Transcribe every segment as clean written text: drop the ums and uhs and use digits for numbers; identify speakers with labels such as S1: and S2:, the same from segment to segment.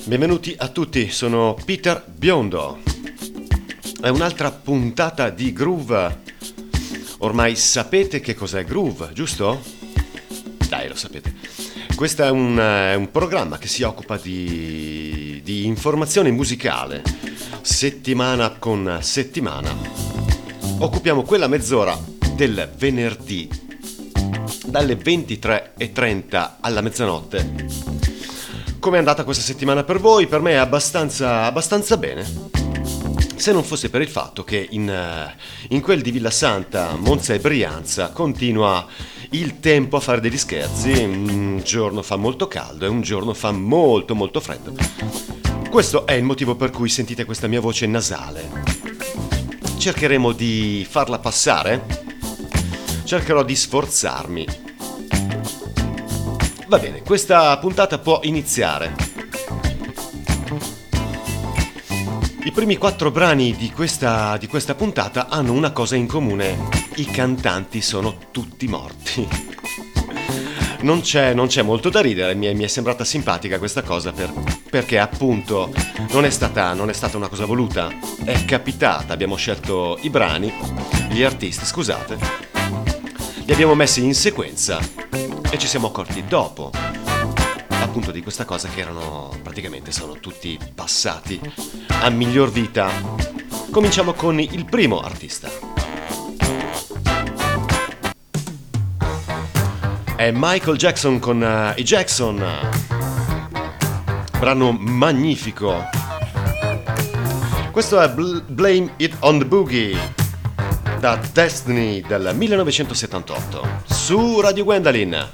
S1: Benvenuti a tutti, sono Peter Biondo. È un'altra puntata di Groove. Ormai sapete che cos'è Groove, giusto? Dai, lo sapete. Questo è un programma che si occupa di informazione musicale, settimana con settimana. Occupiamo quella mezz'ora del venerdì, dalle 23:30 alla mezzanotte. Come è andata questa settimana per voi? Per me è abbastanza bene. Se non fosse per il fatto che in quel di Villasanta, Monza e Brianza continua il tempo a fare degli scherzi. Un giorno fa molto caldo e un giorno fa molto molto freddo. Questo è il motivo per cui sentite questa mia voce nasale. Cercheremo di farla passare. Cercherò di sforzarmi. Va bene, questa puntata può iniziare. I primi 4 brani di questa puntata hanno una cosa in comune: i cantanti sono tutti morti. Non c'è molto da ridere, mi è sembrata simpatica questa cosa perché appunto non è stata una cosa voluta, è capitata. Abbiamo scelto i brani, gli artisti, scusate, li abbiamo messi in sequenza e ci siamo accorti dopo appunto di questa cosa che sono tutti passati a miglior vita. Cominciamo con il primo artista. È Michael Jackson con i Jackson, brano magnifico. Questo è Blame It on the Boogie da Destiny del 1978 su Radio Gwendolyn.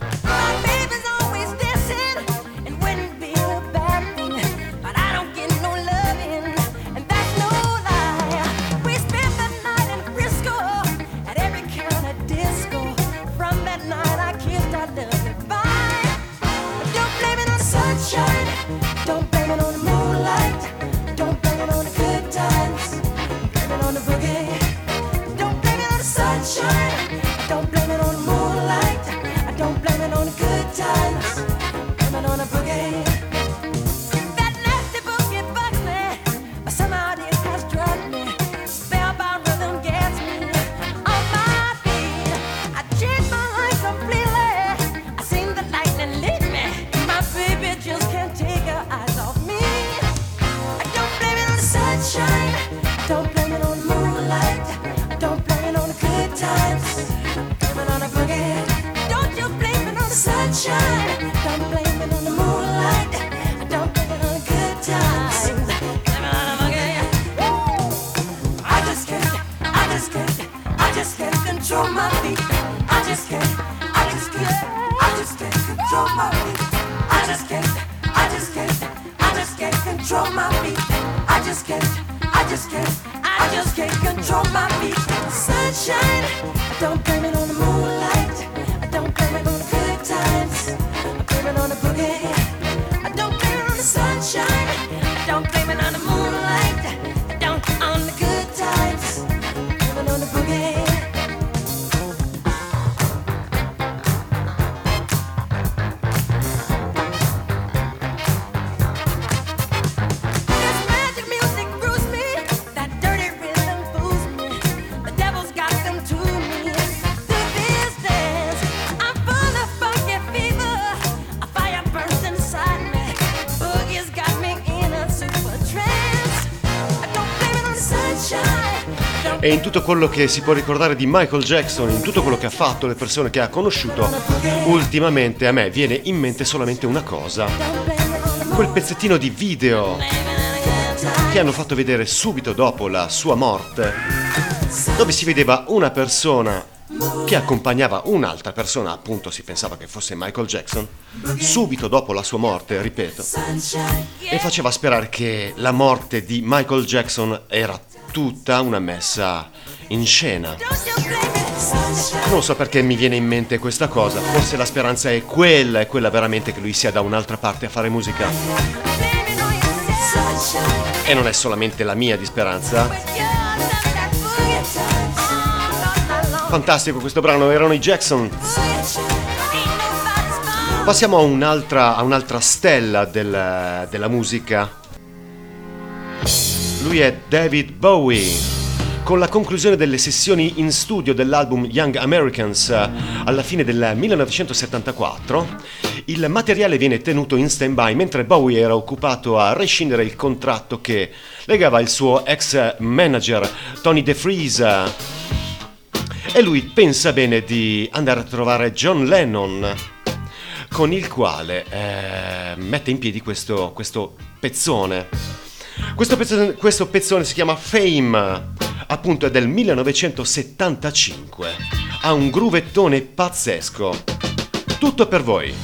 S1: E in tutto quello che si può ricordare di Michael Jackson, in tutto quello che ha fatto, le persone che ha conosciuto, ultimamente a me viene in mente solamente una cosa: quel pezzettino di video che hanno fatto vedere subito dopo la sua morte, dove si vedeva una persona che accompagnava un'altra persona, appunto si pensava che fosse Michael Jackson, subito dopo la sua morte, ripeto, e faceva sperare che la morte di Michael Jackson era tutta una messa in scena. Non so perché mi viene in mente questa cosa, forse la speranza è quella veramente, che lui sia da un'altra parte a fare musica. E non è solamente la mia di speranza. Fantastico questo brano, erano i Jackson. Passiamo a un'altra stella della musica. Lui è David Bowie. Con la conclusione delle sessioni in studio dell'album Young Americans alla fine del 1974, il materiale viene tenuto in stand-by mentre Bowie era occupato a rescindere il contratto che legava il suo ex manager Tony DeFries, e lui pensa bene di andare a trovare John Lennon, con il quale mette in piedi questo pezzone. Questo pezzone si chiama Fame, appunto è del 1975, ha un groovettone pazzesco. Tutto per voi.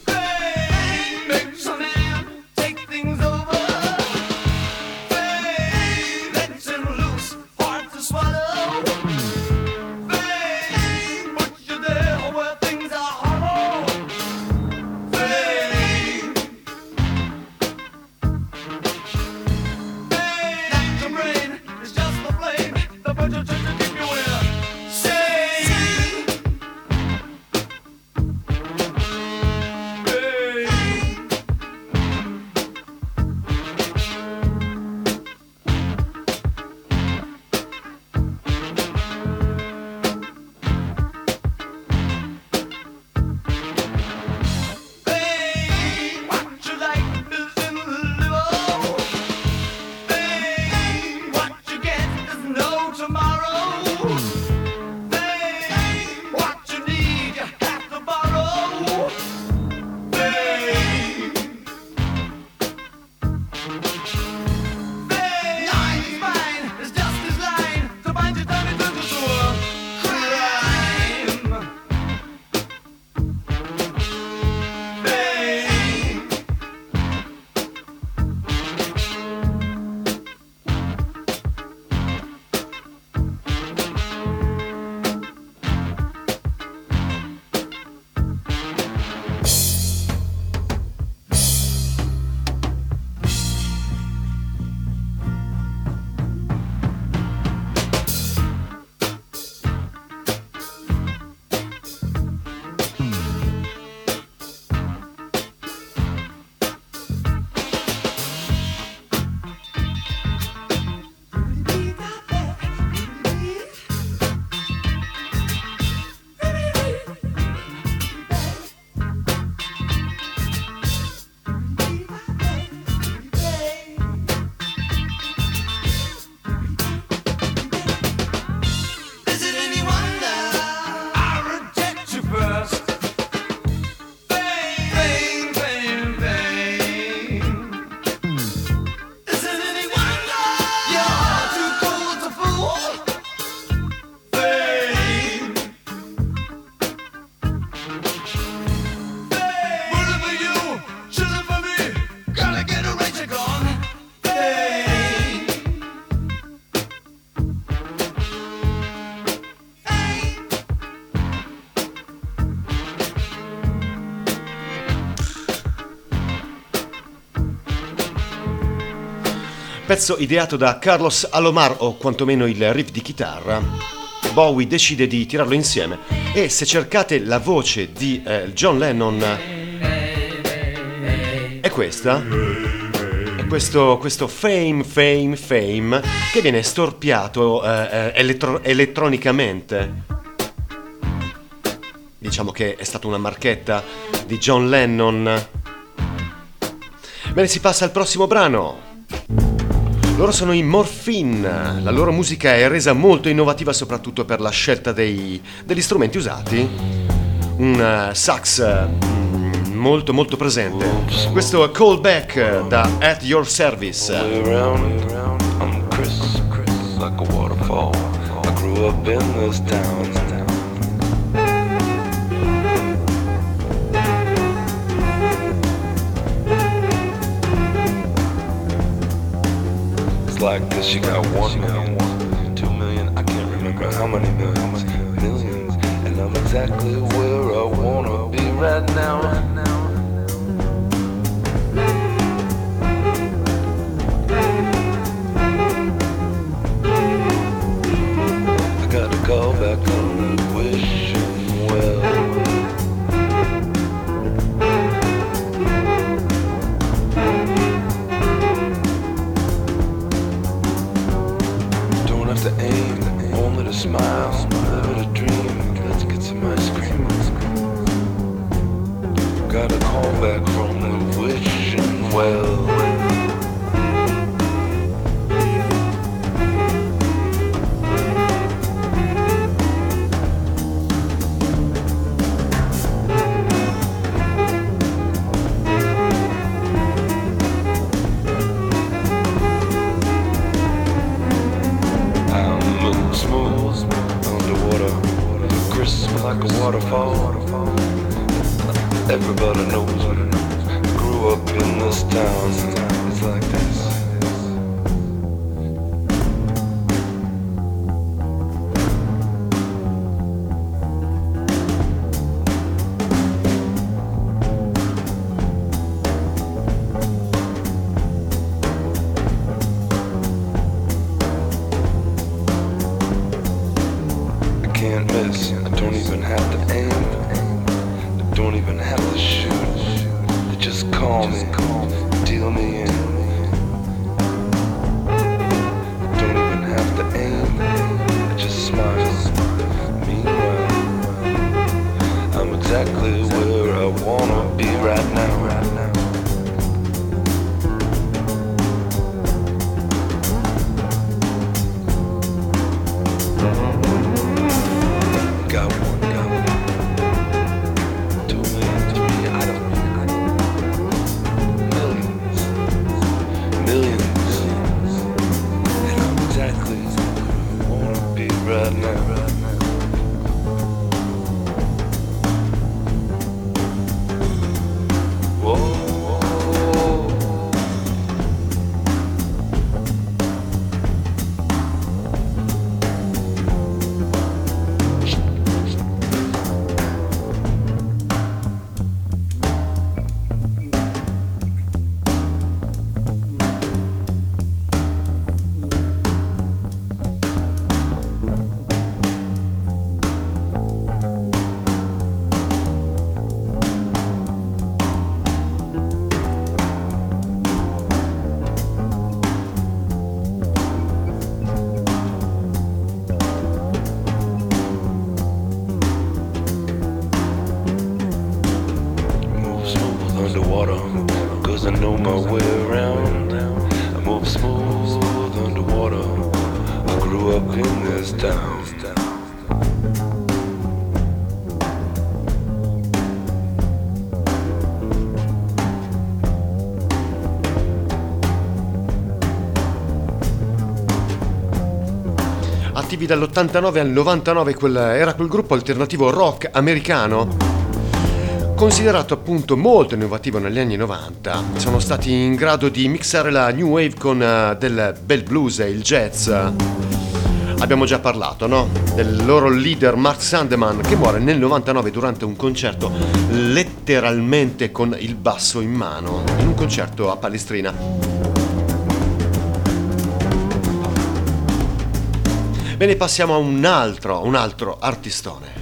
S1: Pezzo ideato da Carlos Alomar, o quantomeno il riff di chitarra. Bowie decide di tirarlo insieme, e se cercate la voce di John Lennon è questa, è questo Fame che viene storpiato elettronicamente. Diciamo che è stata una marchetta di John Lennon. Bene, si passa al prossimo brano. Loro sono i Morphine, la loro musica è resa molto innovativa soprattutto per la scelta degli strumenti usati. Un sax molto molto presente. Questo è Callback da At Your Service.
S2: I'm Chris, like a waterfall. I grew up in this town. Like this, you got 1 million, 2 million, I can't remember how many millions, and I'm exactly where I wanna be right now. I gotta go back on the wishing well. have to aim, only to smile, live in a dream. Let's get some ice cream. Got a call back from the wishing well. Like a waterfall. Everybody knows I grew up in this town. It's like this. I can't miss. I don't even have to aim. I don't even have to shoot. They just call me, deal me in. I don't even have to aim. I just smile. Meanwhile, I'm exactly where I wanna be right now. Cause I know my way around. I move smooth underwater. I grew up in this town.
S1: Attivi dall'89 al 99, era quel gruppo alternativo rock americano considerato appunto molto innovativo negli anni 90. Sono stati in grado di mixare la new wave con del bel blues e il jazz. Abbiamo già parlato, no? Del loro leader Mark Sandeman, che muore nel 99 durante un concerto letteralmente con il basso in mano, in un concerto a Palestrina. Bene, passiamo a un altro artistone.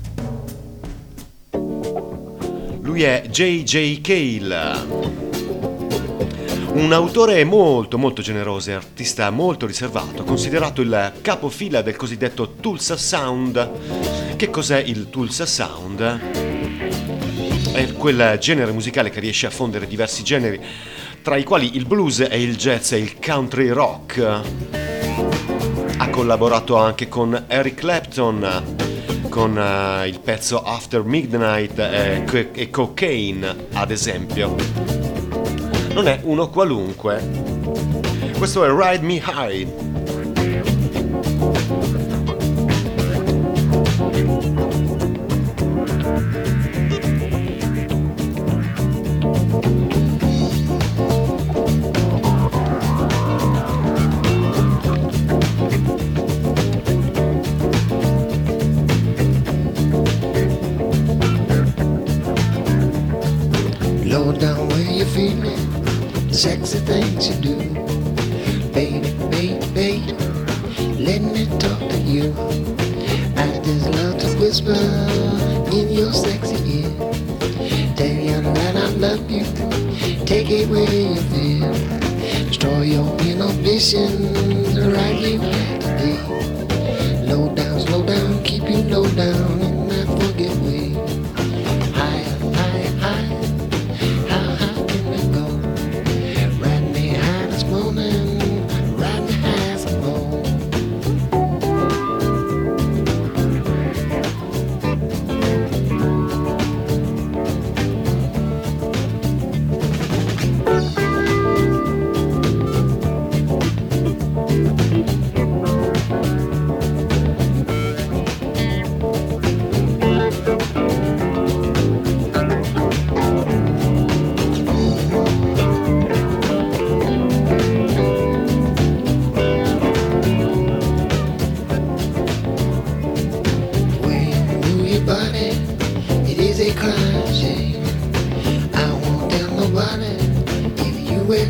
S1: Lui è J.J. Cale, un autore molto generoso e artista molto riservato, considerato il capofila del cosiddetto Tulsa Sound. Che cos'è il Tulsa Sound? È quel genere musicale che riesce a fondere diversi generi, tra i quali il blues e il jazz e il country rock. Ha collaborato anche con Eric Clapton, con il pezzo After Midnight e Cocaine, ad esempio. Non è uno qualunque. Questo è Ride Me High.
S3: Sexy things you do, baby, baby, baby, let me talk to you. I just love to whisper in your sexy ear, tell you that I love you, take it where you feel, destroy your inhibitions, right you have to be.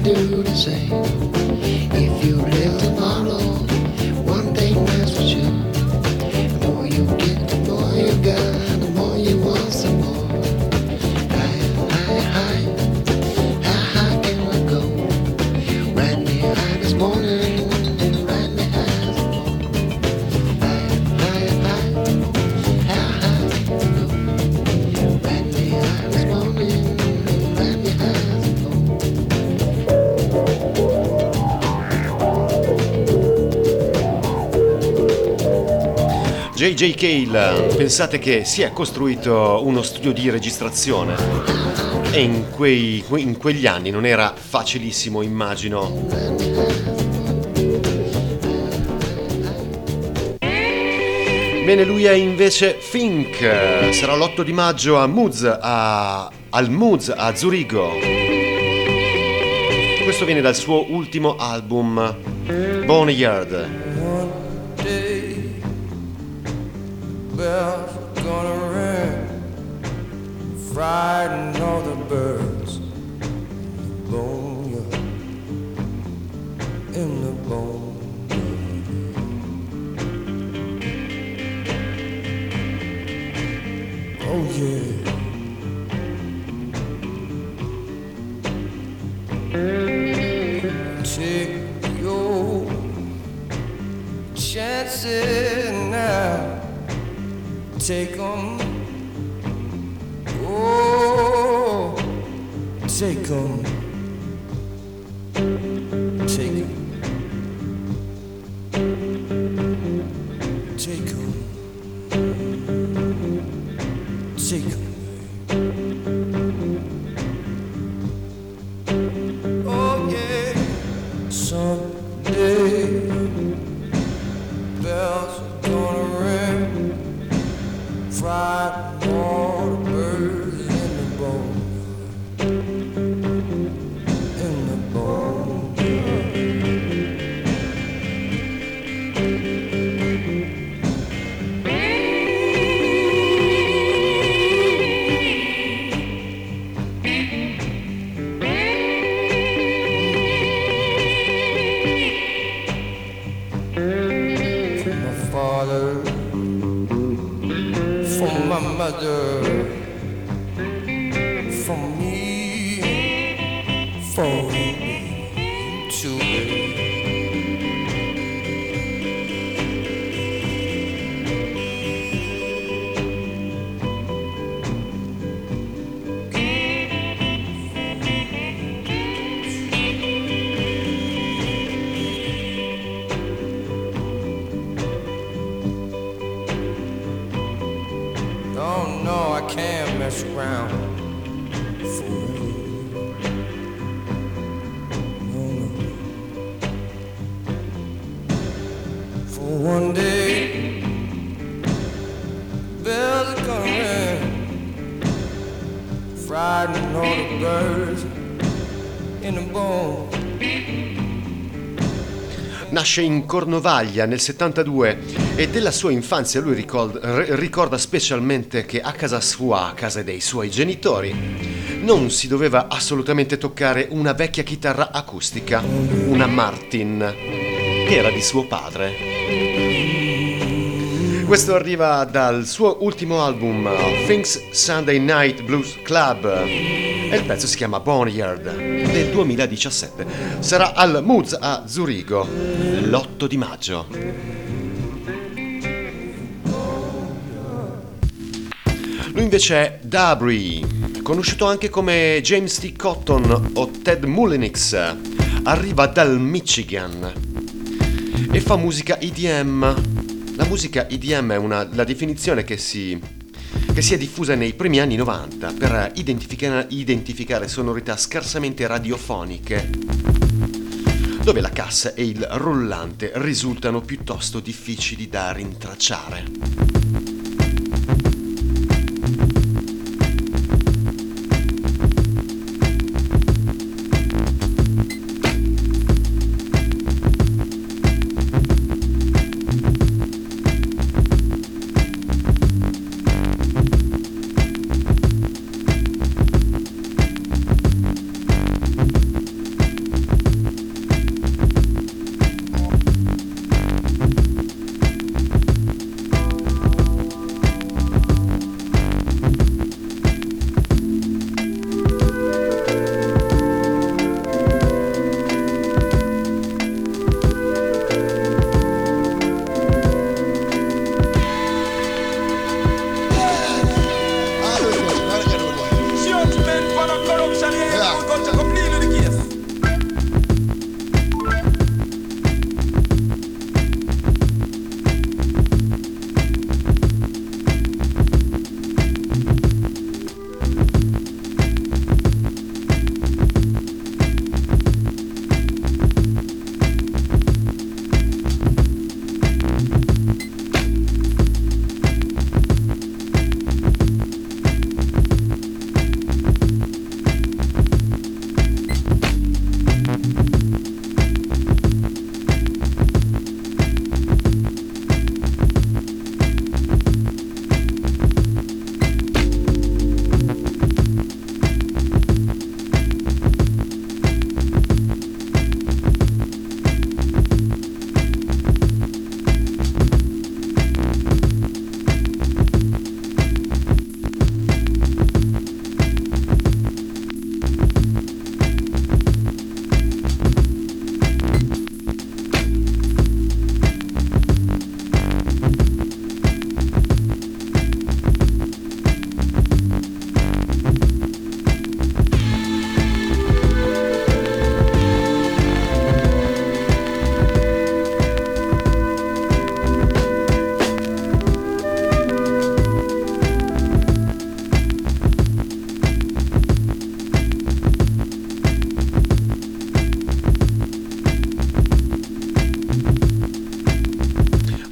S3: do the same. If you live tomorrow, one thing that's for sure. The more you get, the more you got, the more you want some more. How high can we go? Ride me high this morning and ride me high some more. How high can we go? Ride me high this morning and ride me high some more.
S1: J.J. Cale, pensate che si è costruito uno studio di registrazione e in quegli anni non era facilissimo, immagino. Bene, lui è invece Fink, sarà l'8 di maggio al Moods a Zurigo. Questo viene dal suo ultimo album, Boneyard.
S4: Bells are gonna ring, frighten all the birds in the boneyard. Oh yeah. Take your chances now. Take 'em, oh, take 'em, take 'em, take 'em, take 'em. Oh yeah, someday bells are gonna ring. Fried all the birds in the boneyard, in the boneyard. For my father, for my mother, for me, for you too, baby. Oh no, I can't mess around forever. No, no. For one day, bells are gonna ring, frighten all the birds in the bone.
S1: Nasce in Cornovaglia nel 72 e della sua infanzia lui ricorda specialmente che a casa sua, a casa dei suoi genitori, non si doveva assolutamente toccare una vecchia chitarra acustica, una Martin, che era di suo padre. Questo arriva dal suo ultimo album, Things Sunday Night Blues Club, e il pezzo si chiama Boneyard, del 2017. Sarà al Moods a Zurigo l'8 di maggio. Lui invece è Dabri, conosciuto anche come James T. Cotton o Ted Mullenix. Arriva dal Michigan e fa musica EDM. La musica EDM è la definizione che si è diffusa nei primi anni 90 per identificare sonorità scarsamente radiofoniche, dove la cassa e il rullante risultano piuttosto difficili da rintracciare.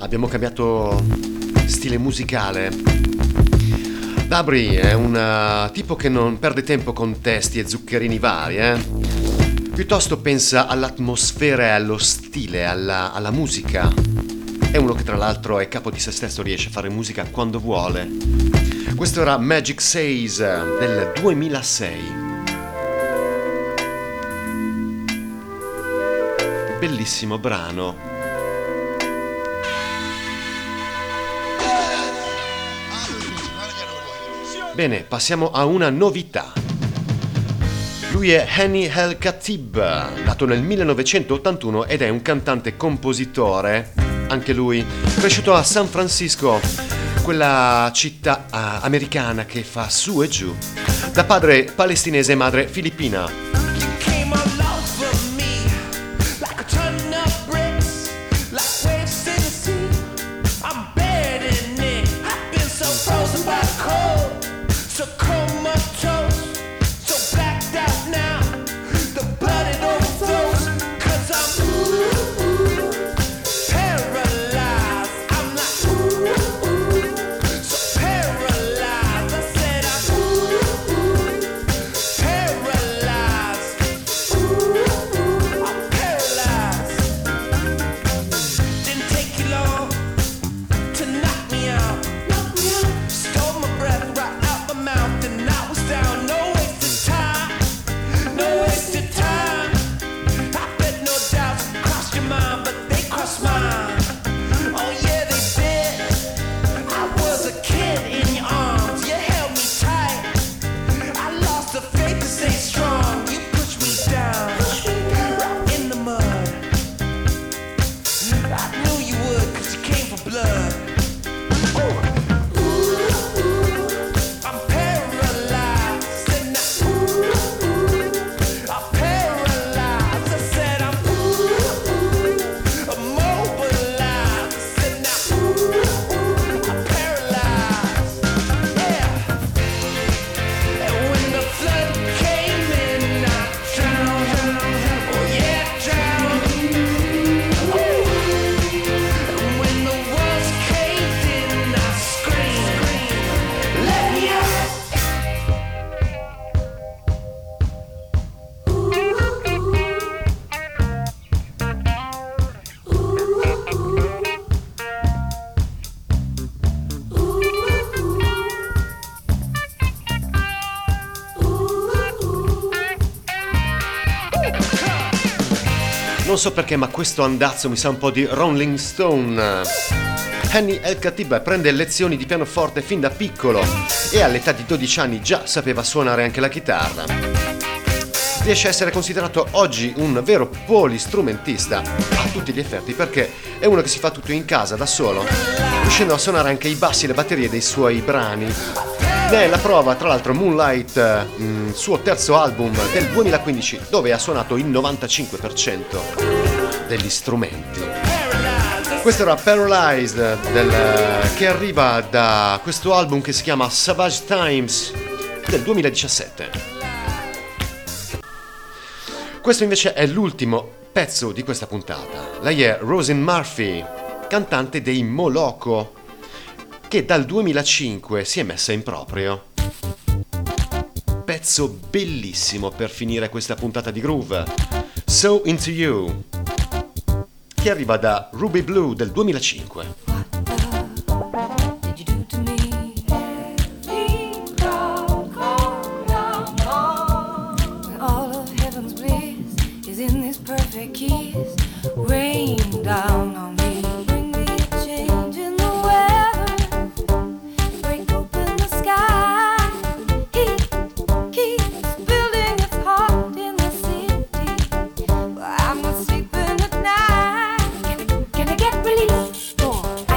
S1: abbiamo cambiato stile musicale. Dabri è un tipo che non perde tempo con testi e zuccherini vari, piuttosto pensa all'atmosfera e allo stile, alla musica. È uno che tra l'altro è capo di se stesso, riesce a fare musica quando vuole. Questo era Magic Says del 2006. Bellissimo brano. Bene, passiamo a una novità. Lui è Hani El Khatib, nato nel 1981 ed è un cantante compositore, anche lui, cresciuto a San Francisco, quella città americana che fa su e giù, da padre palestinese e madre filippina. Non so perché, ma questo andazzo mi sa un po' di Rolling Stone. Hani El Khatib prende lezioni di pianoforte fin da piccolo e all'età di 12 anni già sapeva suonare anche la chitarra. Riesce a essere considerato oggi un vero polistrumentista a tutti gli effetti, perché è uno che si fa tutto in casa da solo, riuscendo a suonare anche i bassi e le batterie dei suoi brani. Ne è la prova, tra l'altro, Moonlight, suo terzo album del 2015, dove ha suonato il 95% degli strumenti. Questo era Paralyzed, che arriva da questo album che si chiama Savage Times del 2017. Questo invece è l'ultimo pezzo di questa puntata. Lei è Roisin Murphy, cantante dei Moloko, che dal 2005 si è messa in proprio. Pezzo bellissimo per finire questa puntata di Groove, So Into You, che arriva da Ruby Blue del 2005.
S5: Can I get relief?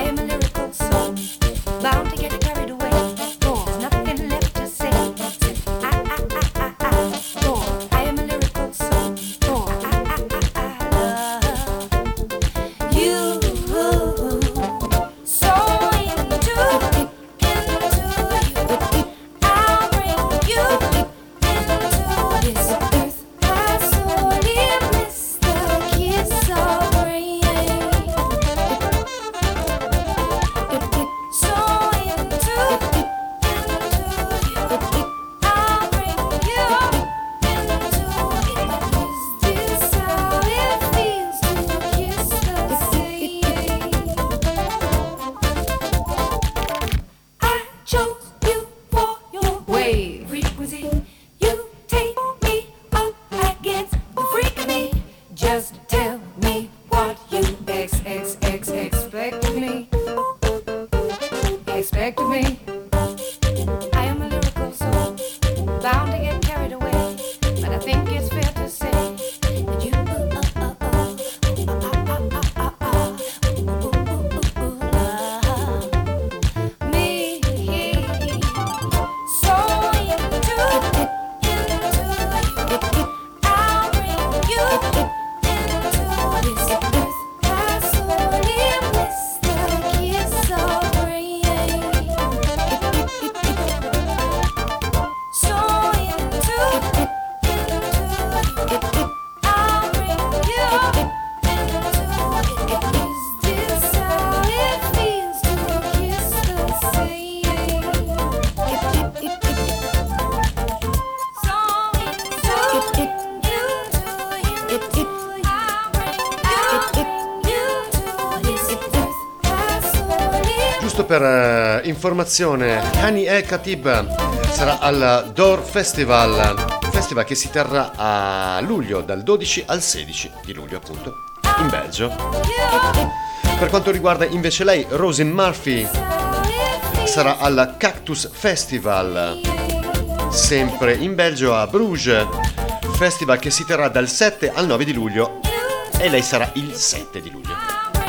S1: Giusto per informazione, Hani El Khatib sarà al Door Festival che si terrà a luglio, dal 12 al 16 di luglio appunto, in Belgio. Per quanto riguarda invece lei, Roisin Murphy sarà al Cactus Festival, sempre in Belgio a Bruges, festival che si terrà dal 7 al 9 di luglio e lei sarà il 7 di luglio.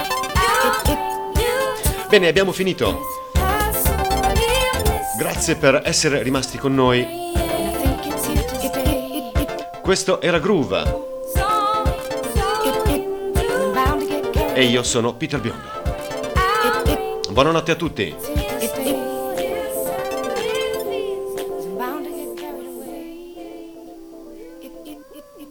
S1: Bene, abbiamo finito. Grazie per essere rimasti con noi. Questo era Groove e io sono Peter Biondo. Buonanotte a tutti.